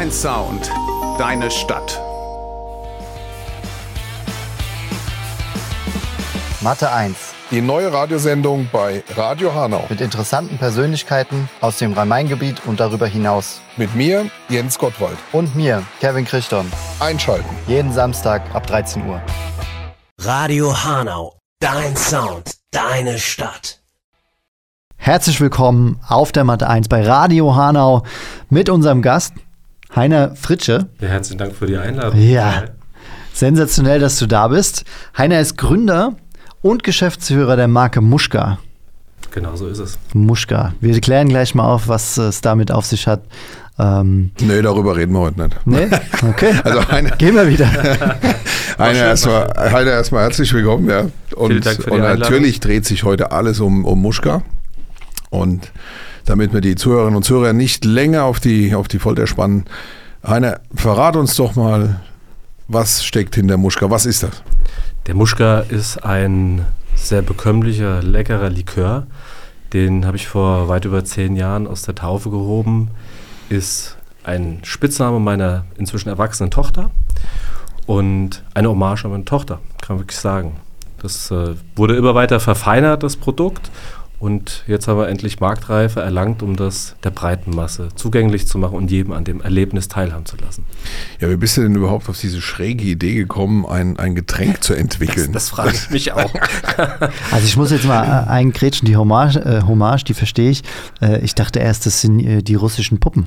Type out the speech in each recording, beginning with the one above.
Dein Sound, deine Stadt. Mathe 1. Die neue Radiosendung bei Radio Hanau. Mit interessanten Persönlichkeiten aus dem Rhein-Main-Gebiet und darüber hinaus. Mit mir, Jens Gottwald. Und mir, Kevin Christon. Einschalten. Jeden Samstag ab 13 Uhr. Radio Hanau. Dein Sound, deine Stadt. Herzlich willkommen auf der Mathe 1 bei Radio Hanau mit unserem Gast Heiner Fritsche. Ja, herzlichen Dank für die Einladung. Ja, sensationell, dass du da bist. Heiner ist Gründer und Geschäftsführer der Marke Muschka. Genau so ist es. Muschka. Wir klären gleich mal auf, was es damit auf sich hat. Nee, darüber reden wir heute nicht. Nee? Okay. Also gehen wir wieder. Heiner, erstmal herzlich willkommen. Ja. Vielen Dank für die und Einladung. Natürlich dreht sich heute alles um Muschka. Und damit wir die Zuhörerinnen und Zuhörer nicht länger auf die Folter spannen, Heiner, verrat uns doch mal, was steckt hinter Muschka? Was ist das? Der Muschka ist ein sehr bekömmlicher, leckerer Likör. Den habe ich vor weit über 10 Jahren aus der Taufe gehoben. Ist ein Spitzname meiner inzwischen erwachsenen Tochter und eine Hommage an meine Tochter, kann man wirklich sagen. Das wurde immer weiter verfeinert, das Produkt. Und jetzt haben wir endlich Marktreife erlangt, um das der breiten Masse zugänglich zu machen und jedem an dem Erlebnis teilhaben zu lassen. Ja, wie bist du denn überhaupt auf diese schräge Idee gekommen, ein Getränk zu entwickeln? Das frage ich mich auch. Also ich muss jetzt mal eingrätschen, die Hommage, die verstehe ich. Ich dachte erst, das sind die russischen Puppen.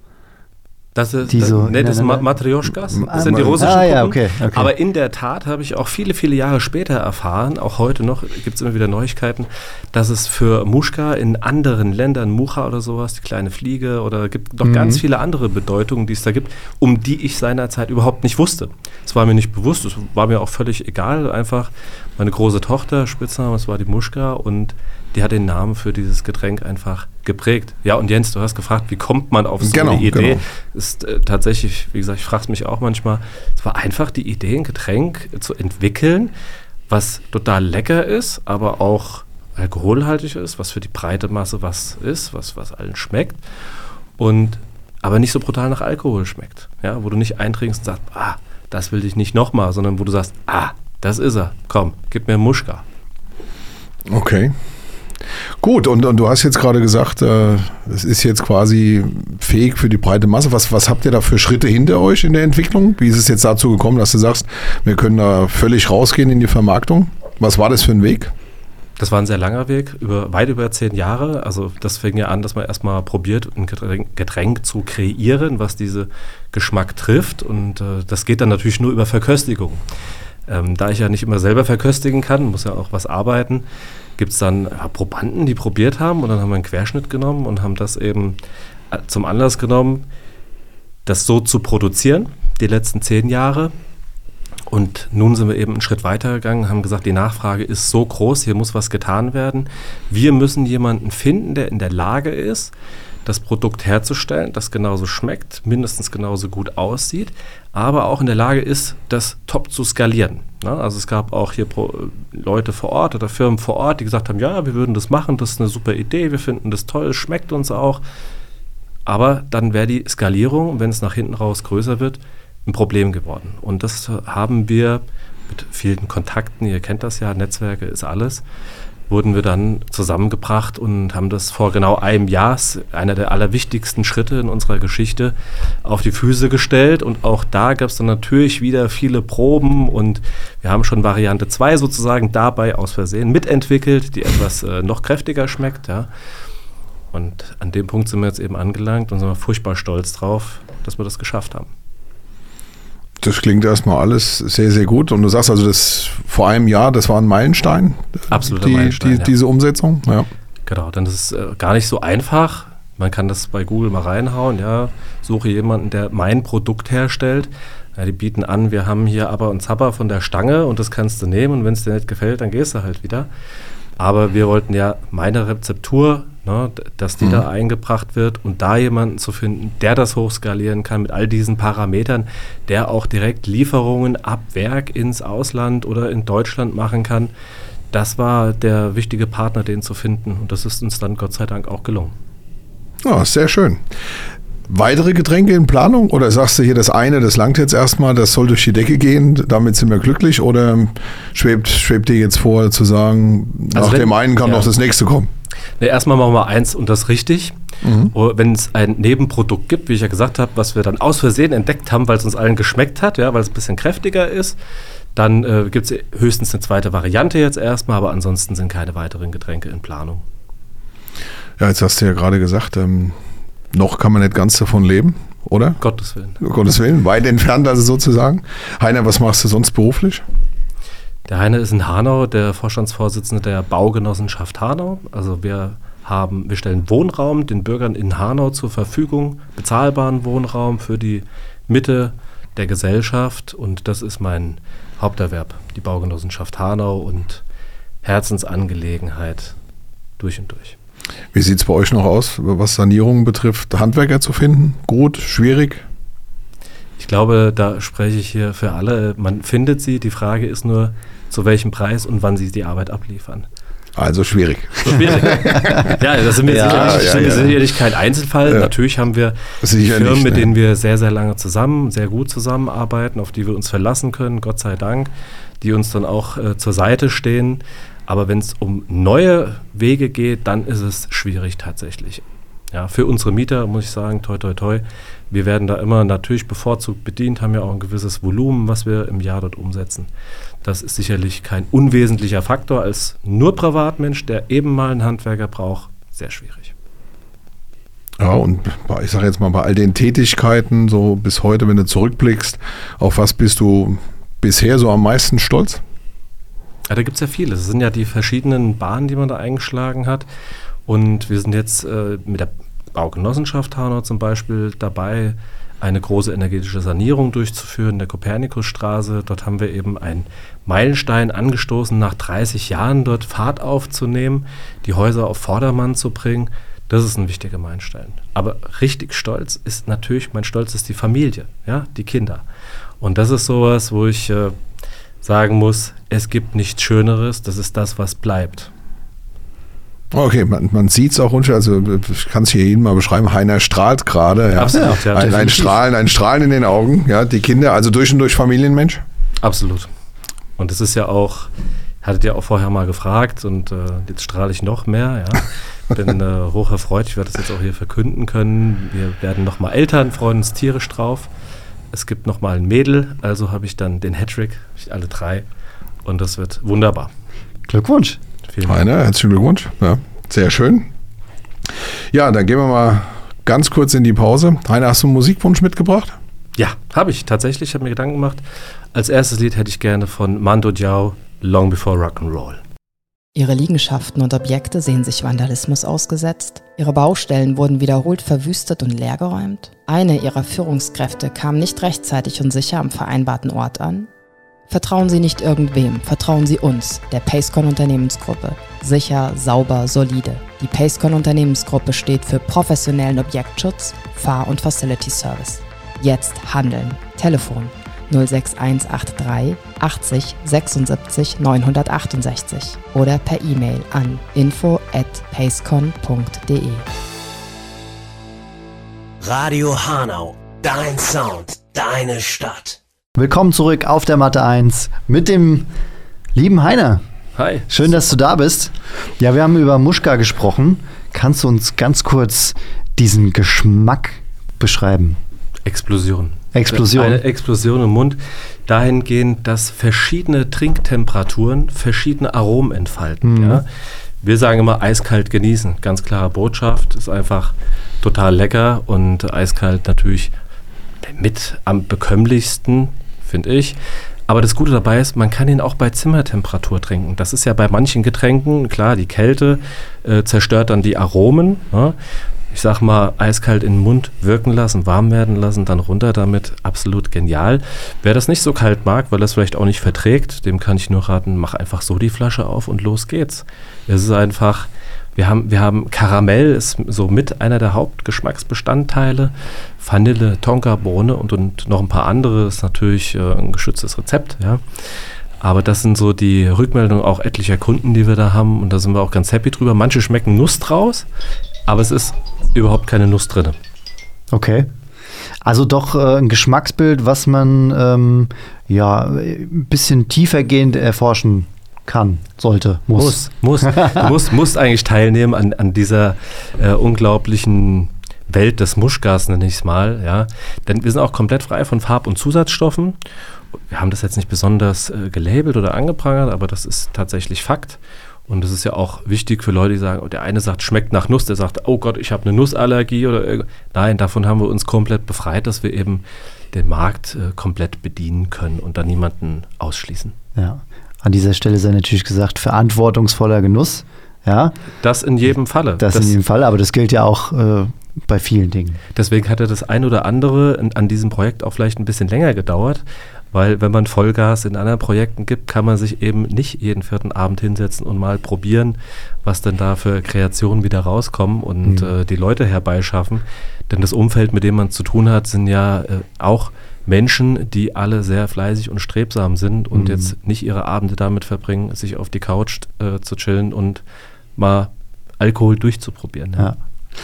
Das ist, die so das sind Matrioschkas, das sind die russischen Puppen. Ja, okay. Aber in der Tat habe ich auch viele, viele Jahre später erfahren, auch heute noch, gibt es immer wieder Neuigkeiten, dass es für Muschka in anderen Ländern, Mucha oder sowas, die kleine Fliege, oder gibt noch ganz viele andere Bedeutungen, die es da gibt, um die ich seinerzeit überhaupt nicht wusste. Das war mir nicht bewusst, es war mir auch völlig egal, einfach meine große Tochter, Spitzname, das war die Muschka, und die hat den Namen für dieses Getränk einfach geprägt. Ja, und Jens, du hast gefragt, wie kommt man auf so eine Idee? Genau. Ist tatsächlich, wie gesagt, ich frage es mich auch manchmal, es war einfach die Idee, ein Getränk zu entwickeln, was total lecker ist, aber auch alkoholhaltig ist, was für die breite Masse was ist, was allen schmeckt, und aber nicht so brutal nach Alkohol schmeckt. Ja, wo du nicht eintrinkst und sagst, das will ich nicht nochmal, sondern wo du sagst, das ist er, komm, gib mir Muschka. Okay. Gut, und du hast jetzt gerade gesagt, es ist jetzt quasi fähig für die breite Masse. Was habt ihr da für Schritte hinter euch in der Entwicklung? Wie ist es jetzt dazu gekommen, dass du sagst, wir können da völlig rausgehen in die Vermarktung? Was war das für ein Weg? Das war ein sehr langer Weg, weit über 10 Jahre. Also das fing ja an, dass man erstmal probiert, ein Getränk zu kreieren, was diesen Geschmack trifft. Und das geht dann natürlich nur über Verköstigung. Da ich ja nicht immer selber verköstigen kann, muss ja auch was arbeiten, gibt es dann Probanden, die probiert haben, und dann haben wir einen Querschnitt genommen und haben das eben zum Anlass genommen, das so zu produzieren, die letzten 10 Jahre. Und nun sind wir eben einen Schritt weiter gegangen, haben gesagt, die Nachfrage ist so groß, hier muss was getan werden. Wir müssen jemanden finden, der in der Lage ist, das Produkt herzustellen, das genauso schmeckt, mindestens genauso gut aussieht, aber auch in der Lage ist, das top zu skalieren. Also es gab auch hier Leute vor Ort oder Firmen vor Ort, die gesagt haben, ja, wir würden das machen, das ist eine super Idee, wir finden das toll, es schmeckt uns auch. Aber dann wäre die Skalierung, wenn es nach hinten raus größer wird, ein Problem geworden. Und das haben wir mit vielen Kontakten, ihr kennt das ja, Netzwerke ist alles, wurden wir dann zusammengebracht und haben das vor genau einem Jahr, einer der allerwichtigsten Schritte in unserer Geschichte, auf die Füße gestellt. Und auch da gab es dann natürlich wieder viele Proben, und wir haben schon Variante 2 sozusagen dabei aus Versehen mitentwickelt, die etwas noch kräftiger schmeckt. Ja. Und an dem Punkt sind wir jetzt eben angelangt und sind wir furchtbar stolz drauf, dass wir das geschafft haben. Das klingt erstmal alles sehr, sehr gut. Und du sagst also, das vor einem Jahr, das war ein Meilenstein? Absoluter Meilenstein, diese Umsetzung? Ja. Genau, dann ist es gar nicht so einfach. Man kann das bei Google mal reinhauen, ja, suche jemanden, der mein Produkt herstellt. Ja, die bieten an, wir haben hier aber und Zapper von der Stange und das kannst du nehmen, und wenn es dir nicht gefällt, dann gehst du halt wieder. Aber wir wollten ja meine Rezeptur, ne, dass die da eingebracht wird, und da jemanden zu finden, der das hochskalieren kann mit all diesen Parametern, der auch direkt Lieferungen ab Werk ins Ausland oder in Deutschland machen kann. Das war der wichtige Partner, den zu finden, und das ist uns dann Gott sei Dank auch gelungen. Ja, sehr schön. weitere Getränke in Planung? Oder sagst du hier, das eine, das langt jetzt erstmal, das soll durch die Decke gehen, damit sind wir glücklich? Oder schwebt dir jetzt vor, zu sagen, nach dem einen kann noch das nächste kommen? Ne, erstmal machen wir eins und das richtig. Wenn es ein Nebenprodukt gibt, wie ich ja gesagt habe, was wir dann aus Versehen entdeckt haben, weil es uns allen geschmeckt hat, ja, weil es ein bisschen kräftiger ist, dann gibt es höchstens eine zweite Variante jetzt erstmal, aber ansonsten sind keine weiteren Getränke in Planung. Ja, jetzt hast du ja gerade gesagt, noch kann man nicht ganz davon leben, oder? Gottes Willen. Gottes Willen, weit entfernt also sozusagen. Heiner, was machst du sonst beruflich? Der Heiner ist in Hanau der Vorstandsvorsitzende der Baugenossenschaft Hanau. Also wir stellen Wohnraum den Bürgern in Hanau zur Verfügung, bezahlbaren Wohnraum für die Mitte der Gesellschaft. Und das ist mein Haupterwerb, die Baugenossenschaft Hanau und Herzensangelegenheit durch und durch. Wie sieht es bei euch noch aus, was Sanierungen betrifft, Handwerker zu finden? Gut, schwierig? Ich glaube, da spreche ich hier für alle. Man findet sie. Die Frage ist nur, zu welchem Preis und wann sie die Arbeit abliefern. Also schwierig. Schwierig. Ja, das sind wir sicherlich kein Einzelfall. Ja. Natürlich haben wir Firmen, mit denen wir sehr, sehr lange sehr gut zusammenarbeiten, auf die wir uns verlassen können, Gott sei Dank, die uns dann auch zur Seite stehen. Aber wenn es um neue Wege geht, dann ist es schwierig tatsächlich. Ja, für unsere Mieter muss ich sagen, toi, toi, toi. Wir werden da immer natürlich bevorzugt bedient, haben ja auch ein gewisses Volumen, was wir im Jahr dort umsetzen. Das ist sicherlich kein unwesentlicher Faktor. Als nur Privatmensch, der eben mal einen Handwerker braucht, sehr schwierig. Ja, und ich sage jetzt mal, bei all den Tätigkeiten, so bis heute, wenn du zurückblickst, auf was bist du bisher so am meisten stolz? Ja, da gibt es ja viele. Das sind ja die verschiedenen Bahnen, die man da eingeschlagen hat. Und wir sind jetzt mit der Baugenossenschaft Hanau zum Beispiel dabei, eine große energetische Sanierung durchzuführen, der Kopernikusstraße. Dort haben wir eben einen Meilenstein angestoßen, nach 30 Jahren dort Fahrt aufzunehmen, die Häuser auf Vordermann zu bringen. Das ist ein wichtiger Meilenstein. Aber richtig stolz ist natürlich, mein Stolz ist die Familie, ja, die Kinder. Und das ist sowas, wo ich sagen muss, es gibt nichts Schöneres, das ist das, was bleibt. Okay, man sieht es auch unschwer, also ich kann es hier jedem mal beschreiben, Heiner strahlt gerade. Ja. Absolut, ja. Ein Strahlen in den Augen, ja, die Kinder, also durch und durch Familienmensch? Absolut. Und das ist ja auch, hattet ihr auch vorher mal gefragt und jetzt strahle ich noch mehr, ja. Bin hoch erfreut, ich werde das jetzt auch hier verkünden können. Wir werden nochmal Eltern, freuen uns tierisch drauf. Es gibt nochmal ein Mädel, also habe ich dann den Hattrick, alle 3 und das wird wunderbar. Glückwunsch. Heiner, herzlichen Glückwunsch. Ja, sehr schön. Ja, dann gehen wir mal ganz kurz in die Pause. Heiner, hast du einen Musikwunsch mitgebracht? Ja, habe ich tatsächlich. Ich habe mir Gedanken gemacht. Als erstes Lied hätte ich gerne von Mando Diao, Long Before Rock'n'Roll. Ihre Liegenschaften und Objekte sehen sich Vandalismus ausgesetzt. Ihre Baustellen wurden wiederholt verwüstet und leergeräumt. Eine ihrer Führungskräfte kam nicht rechtzeitig und sicher am vereinbarten Ort an. Vertrauen Sie nicht irgendwem, vertrauen Sie uns, der Pacecon Unternehmensgruppe. Sicher, sauber, solide. Die Pacecon Unternehmensgruppe steht für professionellen Objektschutz, Fahr- und Facility Service. Jetzt handeln. Telefon 06183 80 76 968 oder per E-Mail an info@pacecon.de. Radio Hanau, dein Sound, deine Stadt. Willkommen zurück auf der Matte 1 mit dem lieben Heiner. Hi. Schön, dass du da bist. Ja, wir haben über Muschka gesprochen. Kannst du uns ganz kurz diesen Geschmack beschreiben? Explosion. Eine Explosion im Mund, dahingehend, dass verschiedene Trinktemperaturen verschiedene Aromen entfalten. Mhm. Ja. Wir sagen immer eiskalt genießen. Ganz klare Botschaft, ist einfach total lecker und eiskalt natürlich mit am bekömmlichsten, finde ich. Aber das Gute dabei ist, man kann ihn auch bei Zimmertemperatur trinken. Das ist ja bei manchen Getränken, klar, die Kälte zerstört dann die Aromen. Ja. Ich sag mal, eiskalt in den Mund wirken lassen, warm werden lassen, dann runter damit, absolut genial. Wer das nicht so kalt mag, weil er es vielleicht auch nicht verträgt, dem kann ich nur raten, mach einfach so die Flasche auf und los geht's. Es ist einfach, wir haben Karamell, ist so mit einer der Hauptgeschmacksbestandteile, Vanille, Tonkabohne und noch ein paar andere, ist natürlich ein geschütztes Rezept, ja. Aber das sind so die Rückmeldungen auch etlicher Kunden, die wir da haben und da sind wir auch ganz happy drüber. Manche schmecken Nuss draus, aber es ist überhaupt keine Nuss drin. Okay. Also doch ein Geschmacksbild, was man ein bisschen tiefergehend erforschen kann, sollte, muss. Du musst eigentlich teilnehmen an dieser unglaublichen Welt des Muschgas, nenne ich es mal. Ja? Denn wir sind auch komplett frei von Farb- und Zusatzstoffen. Wir haben das jetzt nicht besonders gelabelt oder angeprangert, aber das ist tatsächlich Fakt. Und das ist ja auch wichtig für Leute, die sagen, oh, der eine sagt, schmeckt nach Nuss, der sagt, oh Gott, ich habe eine Nussallergie. Nein, davon haben wir uns komplett befreit, dass wir eben den Markt komplett bedienen können und dann niemanden ausschließen. Ja, an dieser Stelle sei natürlich gesagt, verantwortungsvoller Genuss. Ja, das in jedem Falle. Das in jedem Fall, aber das gilt ja auch bei vielen Dingen. Deswegen hatte das ein oder andere an diesem Projekt auch vielleicht ein bisschen länger gedauert, weil wenn man Vollgas in anderen Projekten gibt, kann man sich eben nicht jeden 4. Abend hinsetzen und mal probieren, was denn da für Kreationen wieder rauskommen und die Leute herbeischaffen. Denn das Umfeld, mit dem man zu tun hat, sind ja auch Menschen, die alle sehr fleißig und strebsam sind und jetzt nicht ihre Abende damit verbringen, sich auf die Couch zu chillen und mal Alkohol durchzuprobieren. Ja.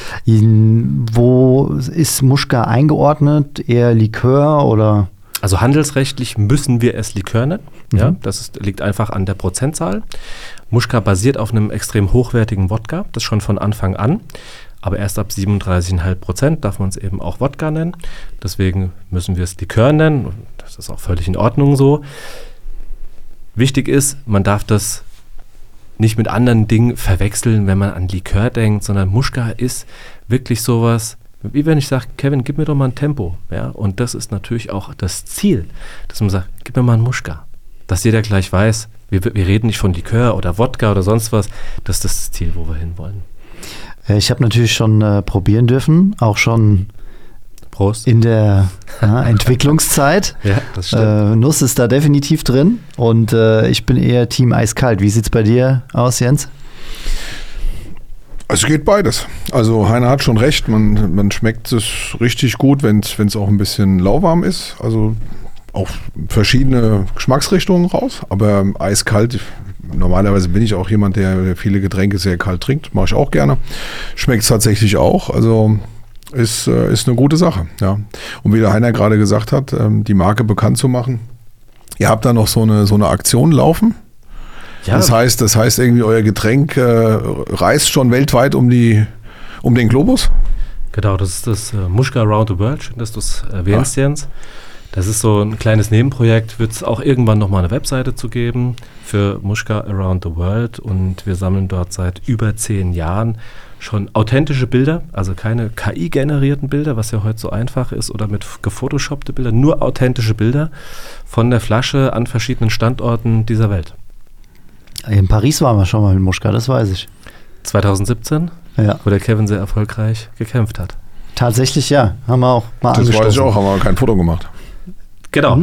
Wo ist Muschka eingeordnet? Eher Likör oder? Also handelsrechtlich müssen wir es Likör nennen. Ja, das liegt einfach an der Prozentzahl. Muschka basiert auf einem extrem hochwertigen Wodka, das schon von Anfang an. Aber erst ab 37,5% darf man es eben auch Wodka nennen. Deswegen müssen wir es Likör nennen. Das ist auch völlig in Ordnung so. Wichtig ist, man darf das nicht mit anderen Dingen verwechseln, wenn man an Likör denkt, sondern Muschka ist wirklich sowas, wie wenn ich sage, Kevin, gib mir doch mal ein Tempo. Ja? Und das ist natürlich auch das Ziel, dass man sagt, gib mir mal einen Muschka. Dass jeder gleich weiß, wir reden nicht von Likör oder Wodka oder sonst was, das ist das Ziel, wo wir hinwollen. Ich habe natürlich schon probieren dürfen, auch schon Prost. In der Entwicklungszeit. Ja, das stimmt. Nuss ist da definitiv drin und ich bin eher Team eiskalt. Wie sieht es bei dir aus, Jens? Es geht beides. Also Heiner hat schon recht, man schmeckt es richtig gut, wenn es auch ein bisschen lauwarm ist. Also auch verschiedene Geschmacksrichtungen raus, aber eiskalt, normalerweise bin ich auch jemand, der viele Getränke sehr kalt trinkt, mache ich auch gerne. Schmeckt es tatsächlich auch, also ist eine gute Sache. Ja. Und wie der Heiner gerade gesagt hat, die Marke bekannt zu machen. Ihr habt da noch so eine Aktion laufen. Ja. Das heißt irgendwie, euer Getränk reist schon weltweit um den Globus? Genau, das ist das Muschka Around the World, schön, dass du es erwähnst, Jens. Das ist so ein kleines Nebenprojekt, wird es auch irgendwann nochmal eine Webseite zu geben für Muschka Around the World und wir sammeln dort seit über 10 Jahren schon authentische Bilder, also keine KI-generierten Bilder, was ja heute so einfach ist, oder mit gefotoshoppte Bilder, nur authentische Bilder von der Flasche an verschiedenen Standorten dieser Welt. In Paris waren wir schon mal mit Muschka, das weiß ich. 2017, ja. Wo der Kevin sehr erfolgreich gekämpft hat. Tatsächlich ja, haben wir auch mal angestoßen. Das weiß ich auch, haben wir kein Foto gemacht. Genau.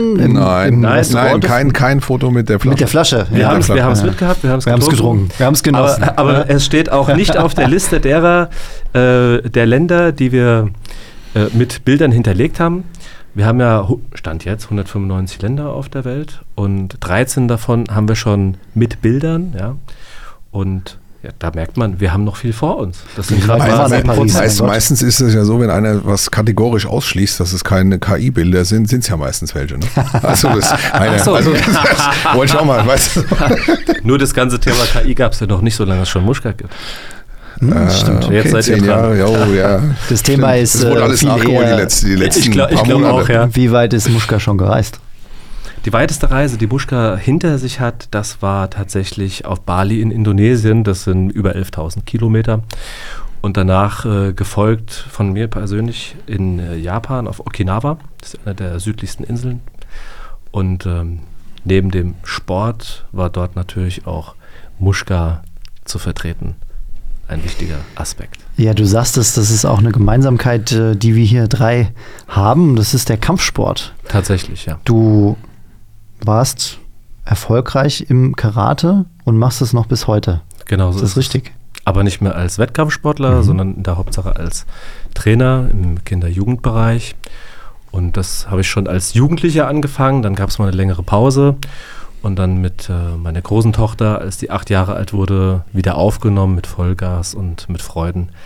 Nein, kein Foto mit der Flasche. Mit der Flasche. Wir haben es mitgehabt, wir haben es getrunken. Wir haben es genossen. Aber es steht auch nicht auf der Liste der Länder, die wir mit Bildern hinterlegt haben. Wir haben ja, Stand jetzt, 195 Länder auf der Welt und 13 davon haben wir schon mit Bildern. Ja? Und ja, da merkt man, wir haben noch viel vor uns. Das sind gerade mal 7%. Meistens ist es ja so, wenn einer was kategorisch ausschließt, dass es keine KI-Bilder sind es ja meistens welche. Ne? Das wollte ich auch mal, weißt du. Nur das ganze Thema KI gab es ja noch nicht, solange es schon Muschka gibt. Stimmt. Okay, jetzt seid ihr 10 Jahre, ja. Das Thema ist das wurde alles viel nachgeholt eher, die letzten ich glaub Monate. Auch, ja. Wie weit ist Muschka schon gereist? Die weiteste Reise, die Muschka hinter sich hat, das war tatsächlich auf Bali in Indonesien. Das sind über 11.000 Kilometer. Und danach gefolgt von mir persönlich in Japan auf Okinawa. Das ist eine der südlichsten Inseln. Und neben dem Sport war dort natürlich auch Muschka zu vertreten. Ein wichtiger Aspekt. Ja, du sagst es, das ist auch eine Gemeinsamkeit, die wir hier 3 haben. Das ist der Kampfsport. Tatsächlich, ja. Du warst erfolgreich im Karate und machst es noch bis heute. Genau so. Ist das richtig? Aber nicht mehr als Wettkampfsportler, sondern in der Hauptsache als Trainer im Kinder-Jugendbereich. Und das habe ich schon als Jugendlicher angefangen. Dann gab es mal eine längere Pause. Und dann mit meiner großen Tochter, als die 8 Jahre alt wurde, wieder aufgenommen mit Vollgas und mit Freuden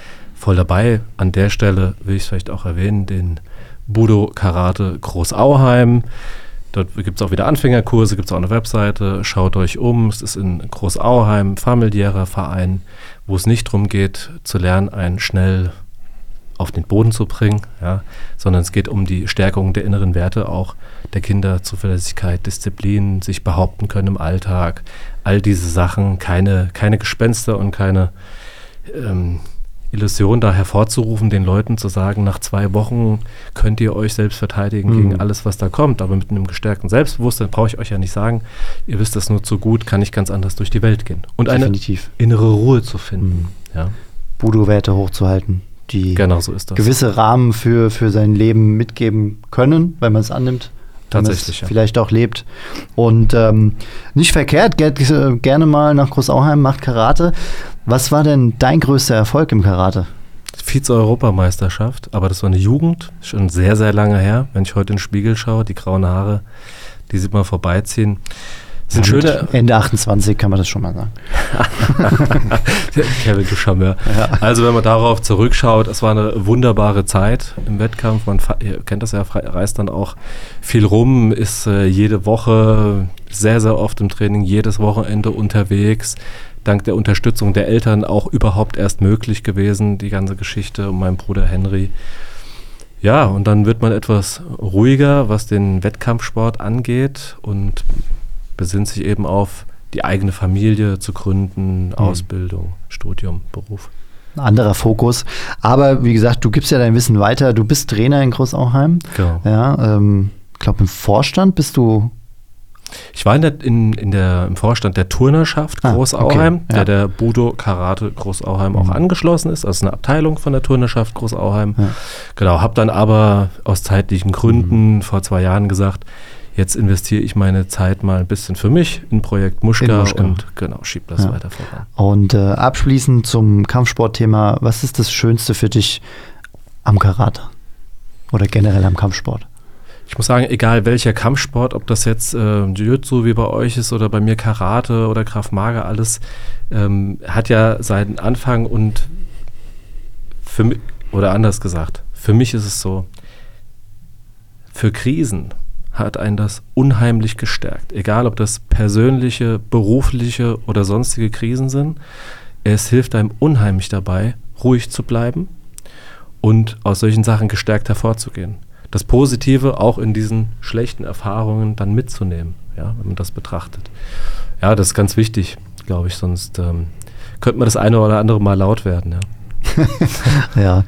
voll dabei. An der Stelle will ich vielleicht auch erwähnen, den Budo Karate Großauheim. Dort gibt es auch wieder Anfängerkurse, gibt es auch eine Webseite. Schaut euch um. Es ist in Großauheim, familiärer Verein, wo es nicht darum geht, zu lernen, einen schnell auf den Boden zu bringen, ja, sondern es geht um die Stärkung der inneren Werte auch der Kinder, Zuverlässigkeit, Disziplin, sich behaupten können im Alltag, all diese Sachen, keine Gespenster und keine Illusion da hervorzurufen, den Leuten zu sagen, nach 2 Wochen könnt ihr euch selbst verteidigen gegen alles, was da kommt, aber mit einem gestärkten Selbstbewusstsein brauche ich euch ja nicht sagen, ihr wisst das nur zu gut, kann ich ganz anders durch die Welt gehen. Und Definitiv. Eine innere Ruhe zu finden. Ja. Budo-Werte hochzuhalten, die genau so ist das. gewisse Rahmen für sein Leben mitgeben können, wenn man es annimmt. Tatsächlich, ja. Vielleicht auch lebt. Und nicht verkehrt, geht gerne mal nach Großauheim, macht Karate. Was war denn dein größter Erfolg im Karate? Vize-Europameisterschaft, aber das war eine Jugend, schon sehr, sehr lange her. Wenn ich heute in den Spiegel schaue, die grauen Haare, die sieht man vorbeiziehen. Sind schöne Ende 28 kann man das schon mal sagen. Kevin, du Charmeur. Ja. Also wenn man darauf zurückschaut, es war eine wunderbare Zeit im Wettkampf. Ihr kennt das ja, reist dann auch viel rum, ist jede Woche sehr, sehr oft im Training, jedes Wochenende unterwegs. Dank der Unterstützung der Eltern auch überhaupt erst möglich gewesen, die ganze Geschichte um meinen Bruder Henry. Ja, und dann wird man etwas ruhiger, was den Wettkampfsport angeht und besinnt sich eben auf die eigene Familie zu gründen, Ausbildung, Studium, Beruf. Ein anderer Fokus. Aber wie gesagt, du gibst ja dein Wissen weiter. Du bist Trainer in Großauheim. Genau. Ja, ich glaube, im Vorstand bist du. Ich war im Vorstand der Turnerschaft Großauheim, okay. Ja. Der Budo Karate Großauheim auch angeschlossen ist, also eine Abteilung von der Turnerschaft Großauheim. Ja. Genau, habe dann aber aus zeitlichen Gründen vor 2 Jahren gesagt, jetzt investiere ich meine Zeit mal ein bisschen für mich in Projekt Muschka und schiebe das weiter voran. Und abschließend zum Kampfsportthema, was ist das Schönste für dich am Karate oder generell am Kampfsport? Ich muss sagen, egal welcher Kampfsport, ob das jetzt Jiu-Jitsu wie bei euch ist oder bei mir Karate oder Krav Maga, alles hat ja seinen Anfang und für mich, oder anders gesagt, für mich ist es so, für Krisen hat einen das unheimlich gestärkt. Egal, ob das persönliche, berufliche oder sonstige Krisen sind. Es hilft einem unheimlich dabei, ruhig zu bleiben und aus solchen Sachen gestärkt hervorzugehen. Das Positive auch in diesen schlechten Erfahrungen dann mitzunehmen, ja, wenn man das betrachtet. Ja, das ist ganz wichtig, glaube ich, sonst könnte man das eine oder andere Mal laut werden. Ja.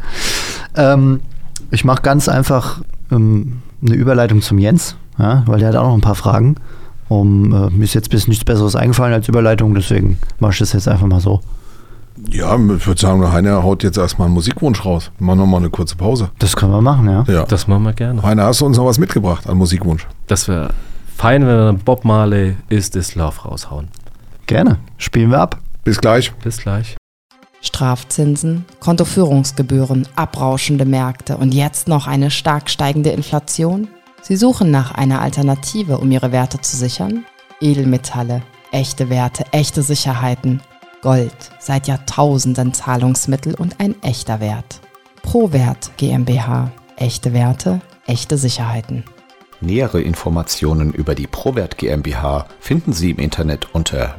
Ich mache ganz einfach eine Überleitung zum Jens, ja, weil der hat auch noch ein paar Fragen. Mir ist jetzt nichts Besseres eingefallen als Überleitung, deswegen mache ich das jetzt einfach mal so. Ja, ich würde sagen, Heiner haut jetzt erstmal einen Musikwunsch raus. Wir machen nochmal eine kurze Pause. Das können wir machen, ja. Das machen wir gerne. Heiner, hast du uns noch was mitgebracht an Musikwunsch? Das wäre fein, wenn wir dann Bob Marley Is This Love raushauen. Gerne. Spielen wir ab. Bis gleich. Bis gleich. Strafzinsen, Kontoführungsgebühren, abrauschende Märkte und jetzt noch eine stark steigende Inflation? Sie suchen nach einer Alternative, um ihre Werte zu sichern? Edelmetalle, echte Werte, echte Sicherheiten. Gold, seit Jahrtausenden Zahlungsmittel und ein echter Wert. ProWert GmbH. Echte Werte, echte Sicherheiten. Nähere Informationen über die ProWert GmbH finden Sie im Internet unter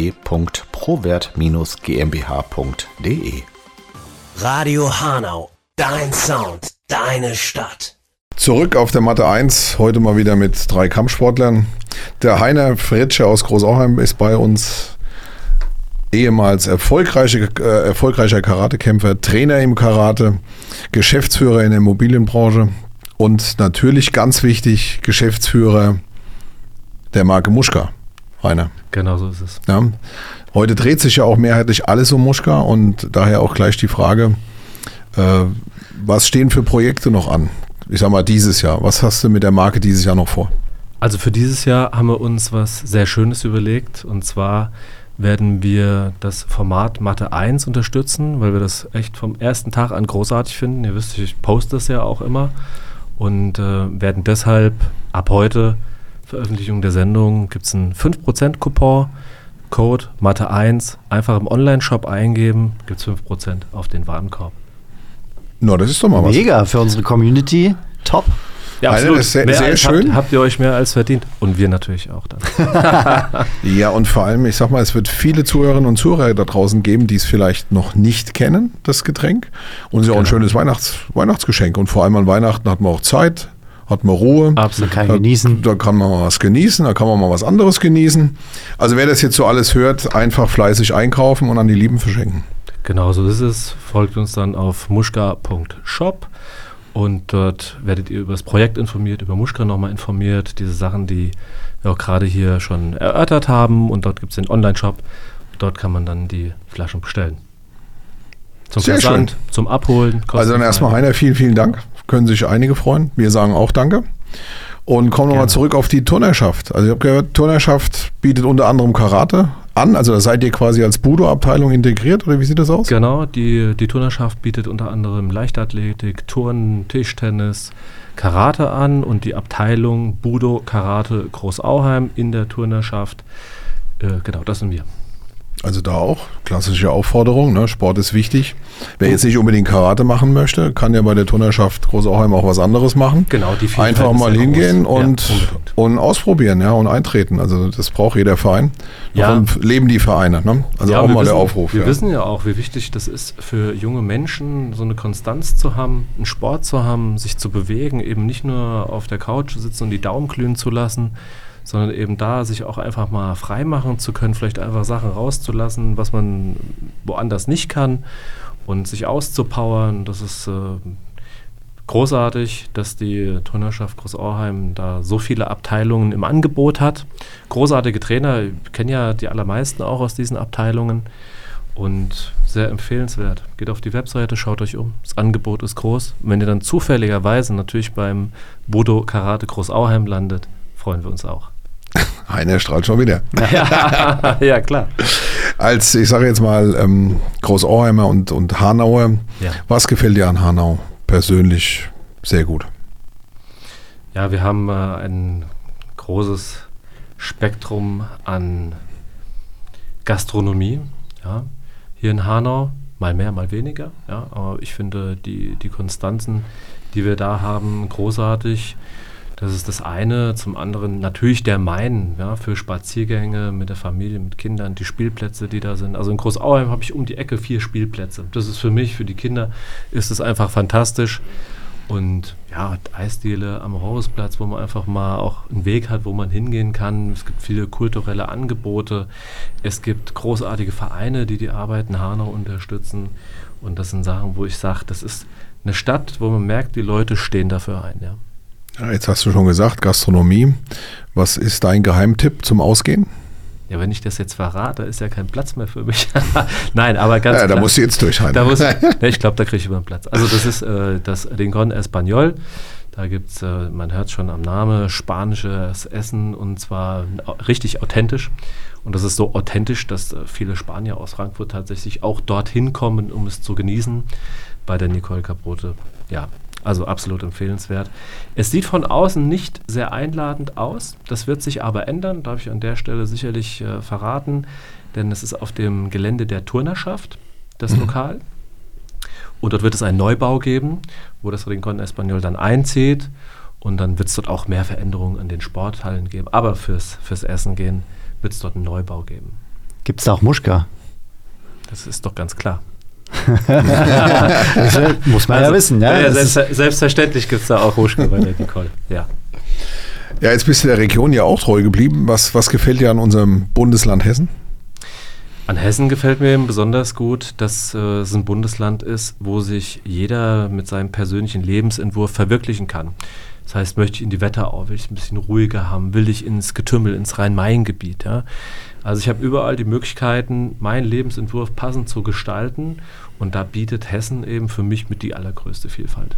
www.prowert-gmbh.de. Radio Hanau, dein Sound, deine Stadt. Zurück auf der Matte 1, heute mal wieder mit 3 Kampfsportlern. Der Heiner Fritsche aus Großauheim ist bei uns, ehemals erfolgreicher Karatekämpfer, Trainer im Karate, Geschäftsführer in der Immobilienbranche und natürlich ganz wichtig, Geschäftsführer der Marke Muschka. Heiner. Genau so ist es. Ja. Heute dreht sich ja auch mehrheitlich alles um Muschka und daher auch gleich die Frage, was stehen für Projekte noch an? Ich sag mal dieses Jahr. Was hast du mit der Marke dieses Jahr noch vor? Also für dieses Jahr haben wir uns was sehr Schönes überlegt und zwar werden wir das Format Matte 1 unterstützen, weil wir das echt vom ersten Tag an großartig finden. Ihr wisst, ich poste das ja auch immer und werden deshalb ab heute, Veröffentlichung der Sendung, gibt es einen 5% Coupon, Code Matte 1, einfach im Online-Shop eingeben, gibt es 5% auf den Warenkorb. Na, das ist doch mal was. Mega, für unsere Community, top. Ja, Alter, absolut. das ist sehr, Mehr sehr als schön. Habt ihr euch mehr als verdient. Und wir natürlich auch dann. Ja, und vor allem, ich sag mal, es wird viele Zuhörerinnen und Zuhörer da draußen geben, die es vielleicht noch nicht kennen, das Getränk. Und es ist ja auch ein schönes Weihnachtsgeschenk. Und vor allem an Weihnachten hat man auch Zeit, hat man Ruhe. Absolut. Kann genießen. Da kann man mal was genießen, da kann man mal was anderes genießen. Also wer das jetzt so alles hört, einfach fleißig einkaufen und an die Lieben verschenken. Genau so ist es. Folgt uns dann auf muschka.shop. Und dort werdet ihr über das Projekt informiert, über Muschka nochmal informiert, diese Sachen, die wir auch gerade hier schon erörtert haben. Und dort gibt es den Online-Shop. Dort kann man dann die Flaschen bestellen. Zum Sehr Versand, schön. zum Abholen. Also dann erstmal, Heiner, vielen, vielen Dank. Können sich einige freuen. Wir sagen auch Danke. Und kommen nochmal zurück auf die Turnerschaft. Also ich habe gehört, Turnerschaft bietet unter anderem Karate an. Also da seid ihr quasi als Budo-Abteilung integriert, oder wie sieht das aus? Genau, die Turnerschaft bietet unter anderem Leichtathletik, Turnen, Tischtennis, Karate an und die Abteilung Budo Karate Großauheim in der Turnerschaft. Genau, das sind wir. Also da auch klassische Aufforderung, ne? Sport ist wichtig. Wer jetzt nicht unbedingt Karate machen möchte, kann ja bei der Turnerschaft Großauheim auch was anderes machen. Genau, die Vielfalt einfach ist mal sehr hingehen groß. und ausprobieren, ja, und eintreten. Also das braucht jeder Verein. Ja. Davon leben die Vereine, ne? Also Ja, auch wir mal wissen, der Aufruf. Wir ja. wissen ja auch, wie wichtig das ist für junge Menschen, so eine Konstanz zu haben, einen Sport zu haben, sich zu bewegen, eben nicht nur auf der Couch zu sitzen und die Daumen glühen zu lassen, sondern eben da sich auch einfach mal frei machen zu können, vielleicht einfach Sachen rauszulassen, was man woanders nicht kann und sich auszupowern. Das ist großartig, dass die Turnerschaft Großauheim da so viele Abteilungen im Angebot hat. Großartige Trainer, ich kenne ja die allermeisten auch aus diesen Abteilungen und sehr empfehlenswert. Geht auf die Webseite, schaut euch um. Das Angebot ist groß. Und wenn ihr dann zufälligerweise natürlich beim Budo Karate Großauheim landet, freuen wir uns auch. Heiner strahlt schon wieder. Ja, klar. Als, ich sage jetzt mal, Großauheimer und Hanauer, Ja. was gefällt dir an Hanau persönlich sehr gut? Ja, wir haben ein großes Spektrum an Gastronomie. Ja. Hier in Hanau, mal mehr, mal weniger. Ja. Aber ich finde die Konstanzen, die wir da haben, großartig. Das ist das eine. Zum anderen natürlich der Main, ja, für Spaziergänge mit der Familie, mit Kindern, die Spielplätze, die da sind. Also in Großauheim habe ich um die Ecke 4 Spielplätze. Das ist für mich, für die Kinder, ist es einfach fantastisch. Und ja, Eisdiele am Rohusplatz, wo man einfach mal auch einen Weg hat, wo man hingehen kann. Es gibt viele kulturelle Angebote. Es gibt großartige Vereine, die Arbeit in Hanau unterstützen. Und das sind Sachen, wo ich sage, das ist eine Stadt, wo man merkt, die Leute stehen dafür ein, ja. Ja, jetzt hast du schon gesagt, Gastronomie. Was ist dein Geheimtipp zum Ausgehen? Ja, wenn ich das jetzt verrate, ist ja kein Platz mehr für mich. Nein, aber ganz klar. Da musst du jetzt durch, Heiner. Ich glaube, da kriege ich über einen Platz. Also das ist das Rincón Español. Da gibt es, man hört schon am Namen, spanisches Essen und zwar richtig authentisch. Und das ist so authentisch, dass viele Spanier aus Frankfurt tatsächlich auch dorthin kommen, um es zu genießen. Bei der Nicole Cabrote, ja. Also absolut empfehlenswert. Es sieht von außen nicht sehr einladend aus. Das wird sich aber ändern, darf ich an der Stelle sicherlich verraten. Denn es ist auf dem Gelände der Turnerschaft, das Lokal. Und dort wird es einen Neubau geben, wo das Rincón Español dann einzieht. Und dann wird es dort auch mehr Veränderungen an den Sporthallen geben. Aber fürs Essen gehen wird es dort einen Neubau geben. Gibt es da auch Muschka? Das ist doch ganz klar. Muss man ja wissen. Ja, selbstverständlich gibt es da auch Muschka bei der Nicole. Ja. Ja, jetzt bist du der Region ja auch treu geblieben. Was gefällt dir an unserem Bundesland Hessen? An Hessen gefällt mir eben besonders gut, dass es ein Bundesland ist, wo sich jeder mit seinem persönlichen Lebensentwurf verwirklichen kann. Das heißt, möchte ich in die Wetterau, will ich es ein bisschen ruhiger haben, will ich ins Getümmel, ins Rhein-Main-Gebiet. Ja? Also ich habe überall die Möglichkeiten, meinen Lebensentwurf passend zu gestalten und da bietet Hessen eben für mich mit die allergrößte Vielfalt.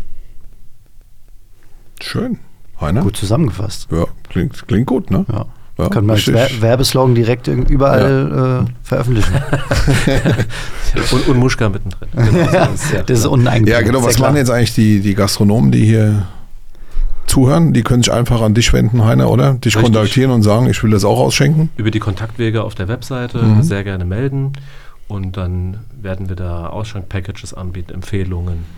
Schön. Heiner? Gut zusammengefasst. Ja, klingt gut, ne? Ja. Ja, Kann man als Werbeslogan direkt überall veröffentlichen. und Muschka mittendrin. Genau, das ist unten eingebaut. Ja, genau. Was machen jetzt eigentlich die Gastronomen, die hier zuhören? Die können sich einfach an dich wenden, Heiner, oder? Dich Richtig. kontaktieren und sagen, ich will das auch ausschenken. Über die Kontaktwege auf der Webseite sehr gerne melden und dann werden wir da Ausschank-Packages anbieten, Empfehlungen,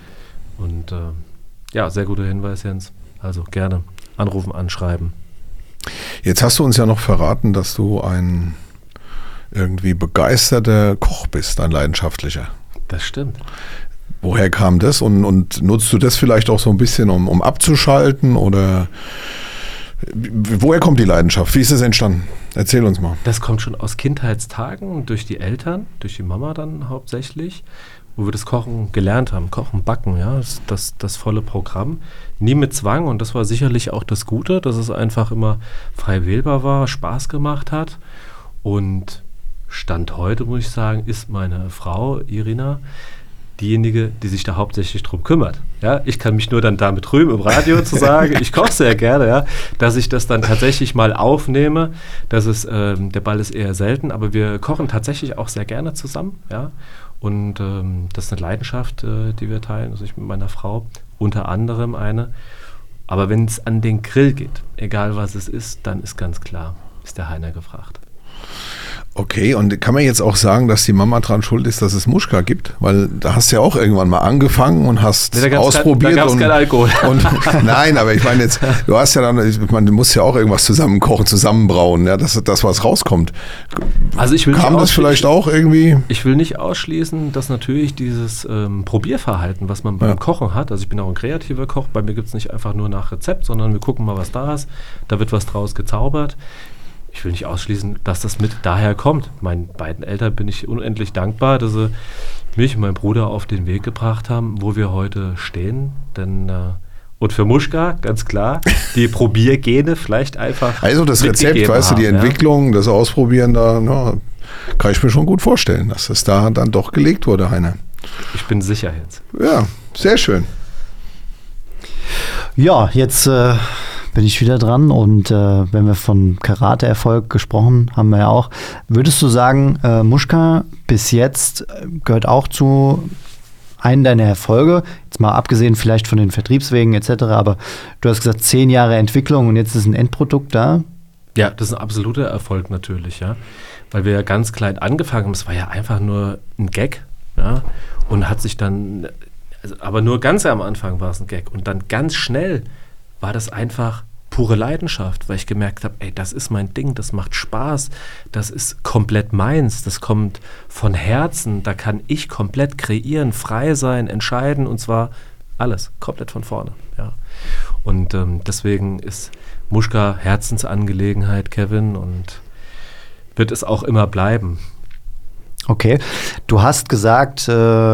Und ja, sehr guter Hinweis, Jens. Also gerne anrufen, anschreiben. Jetzt hast du uns ja noch verraten, dass du ein irgendwie begeisterter Koch bist, ein leidenschaftlicher. Das stimmt. Woher kam das und nutzt du das vielleicht auch so ein bisschen, um abzuschalten oder woher kommt die Leidenschaft? Wie ist das entstanden? Erzähl uns mal. Das kommt schon aus Kindheitstagen, durch die Eltern, durch die Mama dann hauptsächlich, wo wir das Kochen gelernt haben. Kochen, Backen, ja, das volle Programm. Nie mit Zwang und das war sicherlich auch das Gute, dass es einfach immer frei wählbar war, Spaß gemacht hat. Und Stand heute, muss ich sagen, ist meine Frau Irina diejenige, die sich da hauptsächlich drum kümmert. Ja, ich kann mich nur dann damit rühmen, im Radio zu sagen, ich koche sehr gerne, ja, dass ich das dann tatsächlich mal aufnehme. Das ist, der Ball ist eher selten, aber wir kochen tatsächlich auch sehr gerne zusammen, ja. Und das ist eine Leidenschaft, die wir teilen, also ich mit meiner Frau, unter anderem eine. Aber wenn es an den Grill geht, egal was es ist, dann ist ganz klar, ist der Heiner gefragt. Okay, und kann man jetzt auch sagen, dass die Mama dran schuld ist, dass es Muschka gibt? Weil da hast du ja auch irgendwann mal angefangen und hast ausprobiert. Da gab es keinen Alkohol. Nein, aber ich meine jetzt, du hast ja dann, du musst ja auch irgendwas zusammenkochen, zusammenbrauen, ja, dass was rauskommt. Also ich will Kam das vielleicht auch irgendwie? Ich will nicht ausschließen, dass natürlich dieses Probierverhalten, was man beim Kochen hat, also ich bin auch ein kreativer Koch, bei mir gibt es nicht einfach nur nach Rezept, sondern wir gucken mal, was da ist, da wird was draus gezaubert. Ich will nicht ausschließen, dass das mit daher kommt. Meinen beiden Eltern bin ich unendlich dankbar, dass sie mich und meinen Bruder auf den Weg gebracht haben, wo wir heute stehen. Denn, und für Muschka, ganz klar, die Probiergene vielleicht einfach. Also das Rezept, weißt du, die Entwicklung, das Ausprobieren, da kann ich mir schon gut vorstellen, dass es da dann doch gelegt wurde, Heiner. Ich bin sicher jetzt. Ja, sehr schön. Ja, jetzt bin ich wieder dran und wenn wir von Karate-Erfolg gesprochen haben wir ja auch, würdest du sagen, Muschka bis jetzt gehört auch zu einem deiner Erfolge, jetzt mal abgesehen vielleicht von den Vertriebswegen etc., aber du hast gesagt 10 Jahre Entwicklung und jetzt ist ein Endprodukt da? Ja, das ist ein absoluter Erfolg natürlich, ja, weil wir ja ganz klein angefangen haben, es war ja einfach nur ein Gag, ja, und hat sich dann, aber nur ganz am Anfang war es ein Gag und dann ganz schnell war das einfach pure Leidenschaft, weil ich gemerkt habe, ey, das ist mein Ding, das macht Spaß, das ist komplett meins, das kommt von Herzen, da kann ich komplett kreieren, frei sein, entscheiden und zwar alles, komplett von vorne. Ja. Und deswegen ist Muschka Herzensangelegenheit, Kevin, und wird es auch immer bleiben. Okay, du hast gesagt,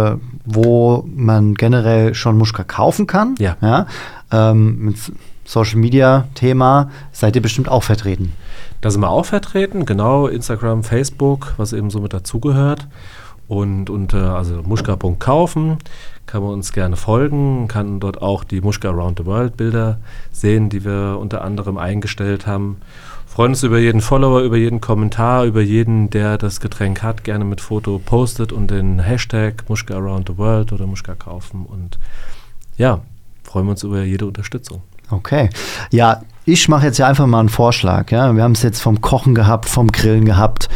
wo man generell schon Muschka kaufen kann. Ja. Mit Social Media Thema seid ihr bestimmt auch vertreten. Da sind wir auch vertreten, genau, Instagram, Facebook, was eben so mit dazugehört. Und unter also muschka.kaufen kann man uns gerne folgen, kann dort auch die Muschka Around the World Bilder sehen, die wir unter anderem eingestellt haben. Freuen uns über jeden Follower, über jeden Kommentar, über jeden, der das Getränk hat, gerne mit Foto postet und den Hashtag Muschka Around the World oder Muschka kaufen. Und ja, freuen wir uns über jede Unterstützung. Okay. Ja, ich mache jetzt ja einfach mal einen Vorschlag. Ja? Wir haben es jetzt vom Kochen gehabt, vom Grillen gehabt.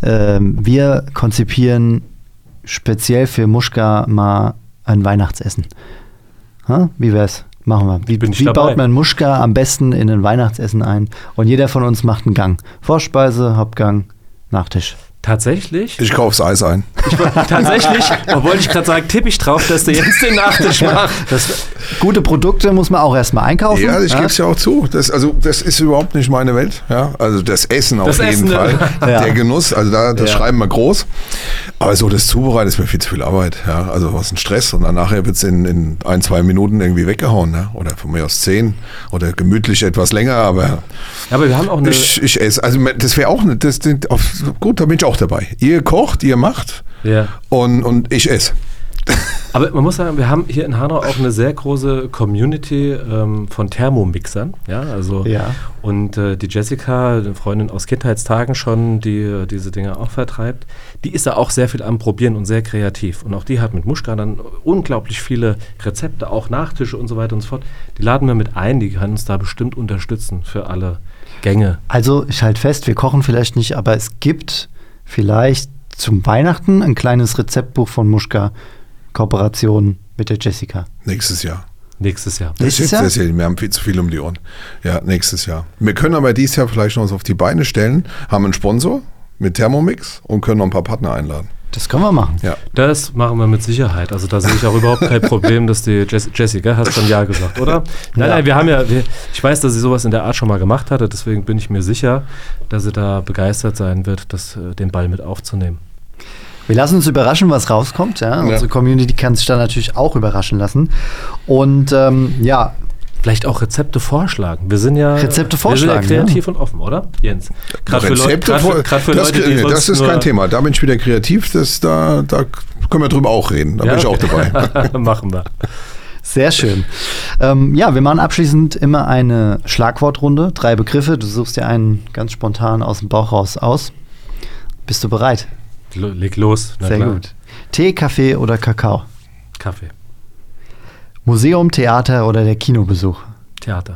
Wir konzipieren speziell für Muschka mal ein Weihnachtsessen. Ha? Wie wär's? Machen wir. Wie baut man Muschka am besten in ein Weihnachtsessen ein? Und jeder von uns macht einen Gang. Vorspeise, Hauptgang, Nachtisch. Tatsächlich? Ich kauf's Eis ein. Tatsächlich, wollte ich gerade sagen, tippe ich drauf, dass der jetzt den Nachtisch macht. Gute Produkte muss man auch erstmal einkaufen. Ja, ich gebe es ja auch zu. Das ist überhaupt nicht meine Welt. Ja? Also das Essen auf jeden Fall. Ja. Der Genuss, also das schreiben wir groß. Aber so das Zubereiten ist mir viel zu viel Arbeit. Ja? Also was ein Stress. Und dann nachher wird es in 1-2 Minuten irgendwie weggehauen. Ne? Oder von mir aus 10. Oder gemütlich etwas länger. Aber wir haben auch eine... Ich esse. Also das wäre auch... Gut, da bin ich auch dabei. Ihr kocht, ihr macht und ich esse. Aber man muss sagen, wir haben hier in Hanau auch eine sehr große Community von Thermomixern. Ja, also und die Jessica, eine Freundin aus Kindheitstagen schon, die diese Dinge auch vertreibt, die ist da auch sehr viel am Probieren und sehr kreativ. Und auch die hat mit Muschka dann unglaublich viele Rezepte, auch Nachtische und so weiter und so fort. Die laden wir mit ein, die kann uns da bestimmt unterstützen für alle Gänge. Also ich halte fest, wir kochen vielleicht nicht, aber es gibt vielleicht zum Weihnachten ein kleines Rezeptbuch von Muschka, Kooperation mit der Jessica? Nächstes Jahr. Nächstes Jahr. Nächstes Jahr? Wir haben viel zu viel um die Ohren. Ja, nächstes Jahr. Wir können aber dieses Jahr vielleicht noch was auf die Beine stellen, haben einen Sponsor mit Thermomix und können noch ein paar Partner einladen. Das können wir machen. Ja. Das machen wir mit Sicherheit. Also da sehe ich auch überhaupt kein Problem, dass die Jessica, hast schon Ja gesagt, oder? Nein, ich weiß, dass sie sowas in der Art schon mal gemacht hatte, deswegen bin ich mir sicher, dass sie da begeistert sein wird, den Ball mit aufzunehmen. Wir lassen uns überraschen, was rauskommt. Ja? Unsere Community kann sich da natürlich auch überraschen lassen. Und vielleicht auch Rezepte vorschlagen. Wir sind ja kreativ und offen, oder, Jens? Gerade für Leute, die das ist kein Thema. Da bin ich wieder kreativ. Da können wir drüber auch reden. Da bin ich auch dabei. Machen wir. Sehr schön. Wir machen abschließend immer eine Schlagwortrunde. 3 Begriffe. Du suchst dir einen ganz spontan aus dem Bauch raus aus. Bist du bereit? Leg los. Sehr gut. Tee, Kaffee oder Kakao? Kaffee. Museum, Theater oder der Kinobesuch? Theater.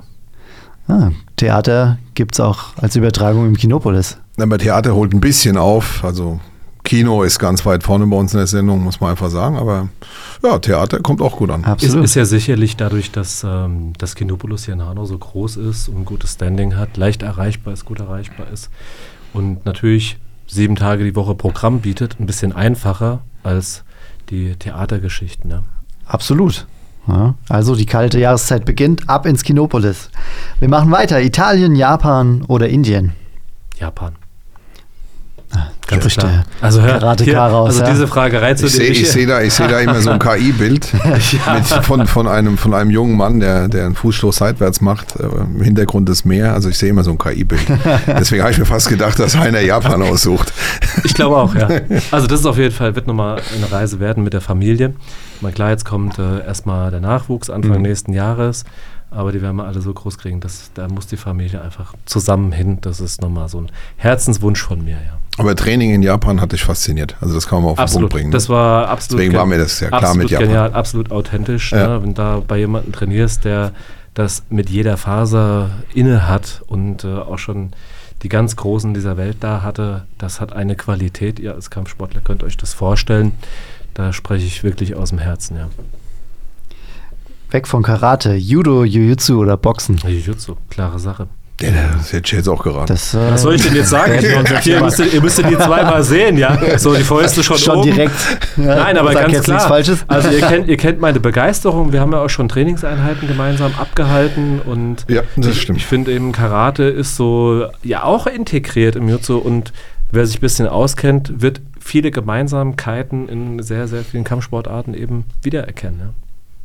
Theater gibt es auch als Übertragung im Kinopolis. Aber Theater holt ein bisschen auf. Also Kino ist ganz weit vorne bei uns in der Sendung, muss man einfach sagen. Aber ja, Theater kommt auch gut an. Absolut. Ist ja sicherlich dadurch, dass das Kinopolis hier in Hanau so groß ist und ein gutes Standing hat, leicht erreichbar ist, gut erreichbar ist. Und natürlich 7 Tage die Woche Programm bietet, ein bisschen einfacher als die Theatergeschichten. Ne? Absolut. Ja, also die kalte Jahreszeit beginnt, ab ins Kinopolis. Wir machen weiter. Italien, Japan oder Indien? Japan. Ganz klar. Also Karate-K raus. Also diese Fragerei zu dem Ich sehe da immer so ein KI-Bild von einem jungen Mann, der einen Fußstoß seitwärts macht. Im Hintergrund das Meer. Also ich sehe immer so ein KI-Bild. Deswegen habe ich mir fast gedacht, dass Heiner Japan aussucht. Ich glaube auch, ja. Also das ist auf jeden Fall, wird nochmal eine Reise werden mit der Familie. Mal klar, jetzt kommt erstmal der Nachwuchs Anfang nächsten Jahres. Aber die werden wir alle so groß kriegen, da muss die Familie einfach zusammen hin. Das ist nochmal so ein Herzenswunsch von mir, ja. Aber Training in Japan hat dich fasziniert. Also das kann man auf den Punkt bringen. Das war absolut. Deswegen war mir das ja klar mit Japan. Genial, absolut authentisch. Ja. Ne? Wenn da bei jemandem trainierst, der das mit jeder Faser inne hat und auch schon die ganz Großen dieser Welt da hatte, das hat eine Qualität. Ihr als Kampfsportler könnt euch das vorstellen. Da spreche ich wirklich aus dem Herzen, ja. Weg von Karate, Judo, Jiu-Jitsu oder Boxen? Jiu-Jitsu, klare Sache. Ja, das hätte ich jetzt auch geraten. Was soll ich denn jetzt sagen? Ihr müsstet die zweimal sehen, ja? So, die Fäuste schon oben. Direkt. Ja, nein, aber ganz klar. Nichts Falsches. Also ihr kennt meine Begeisterung. Wir haben ja auch schon Trainingseinheiten gemeinsam abgehalten. Und ja, das stimmt. Ich finde eben, Karate ist so ja auch integriert im Jiu-Jitsu. Und wer sich ein bisschen auskennt, wird viele Gemeinsamkeiten in sehr, sehr vielen Kampfsportarten eben wiedererkennen. Ja?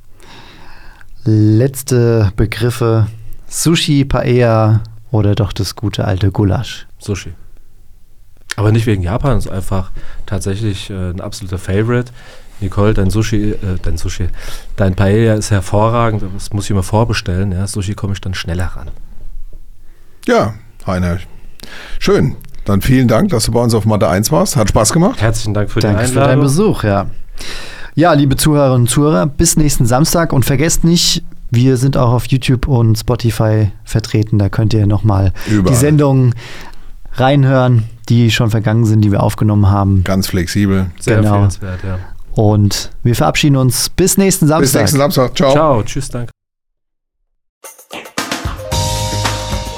Letzte Begriffe. Sushi, Paella oder doch das gute alte Gulasch? Sushi. Aber nicht wegen Japan, es ist einfach tatsächlich ein absoluter Favorite. Nicole, dein Paella ist hervorragend, das muss ich immer vorbestellen. Ja, Sushi komme ich dann schneller ran. Ja, Heiner, schön. Dann vielen Dank, dass du bei uns auf Mathe 1 warst. Hat Spaß gemacht. Herzlichen Dank für die Einladung. Danke für deinen Besuch, ja. Ja, liebe Zuhörerinnen und Zuhörer, bis nächsten Samstag und vergesst nicht, wir sind auch auf YouTube und Spotify vertreten. Da könnt ihr nochmal die Sendungen reinhören, die schon vergangen sind, die wir aufgenommen haben. Ganz flexibel. Sehr empfehlenswert, ja. Und wir verabschieden uns bis nächsten Samstag. Bis nächsten Samstag. Ciao. Ciao. Tschüss, danke.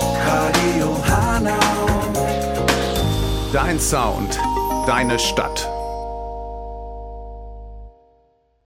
Dein Sound, deine Stadt.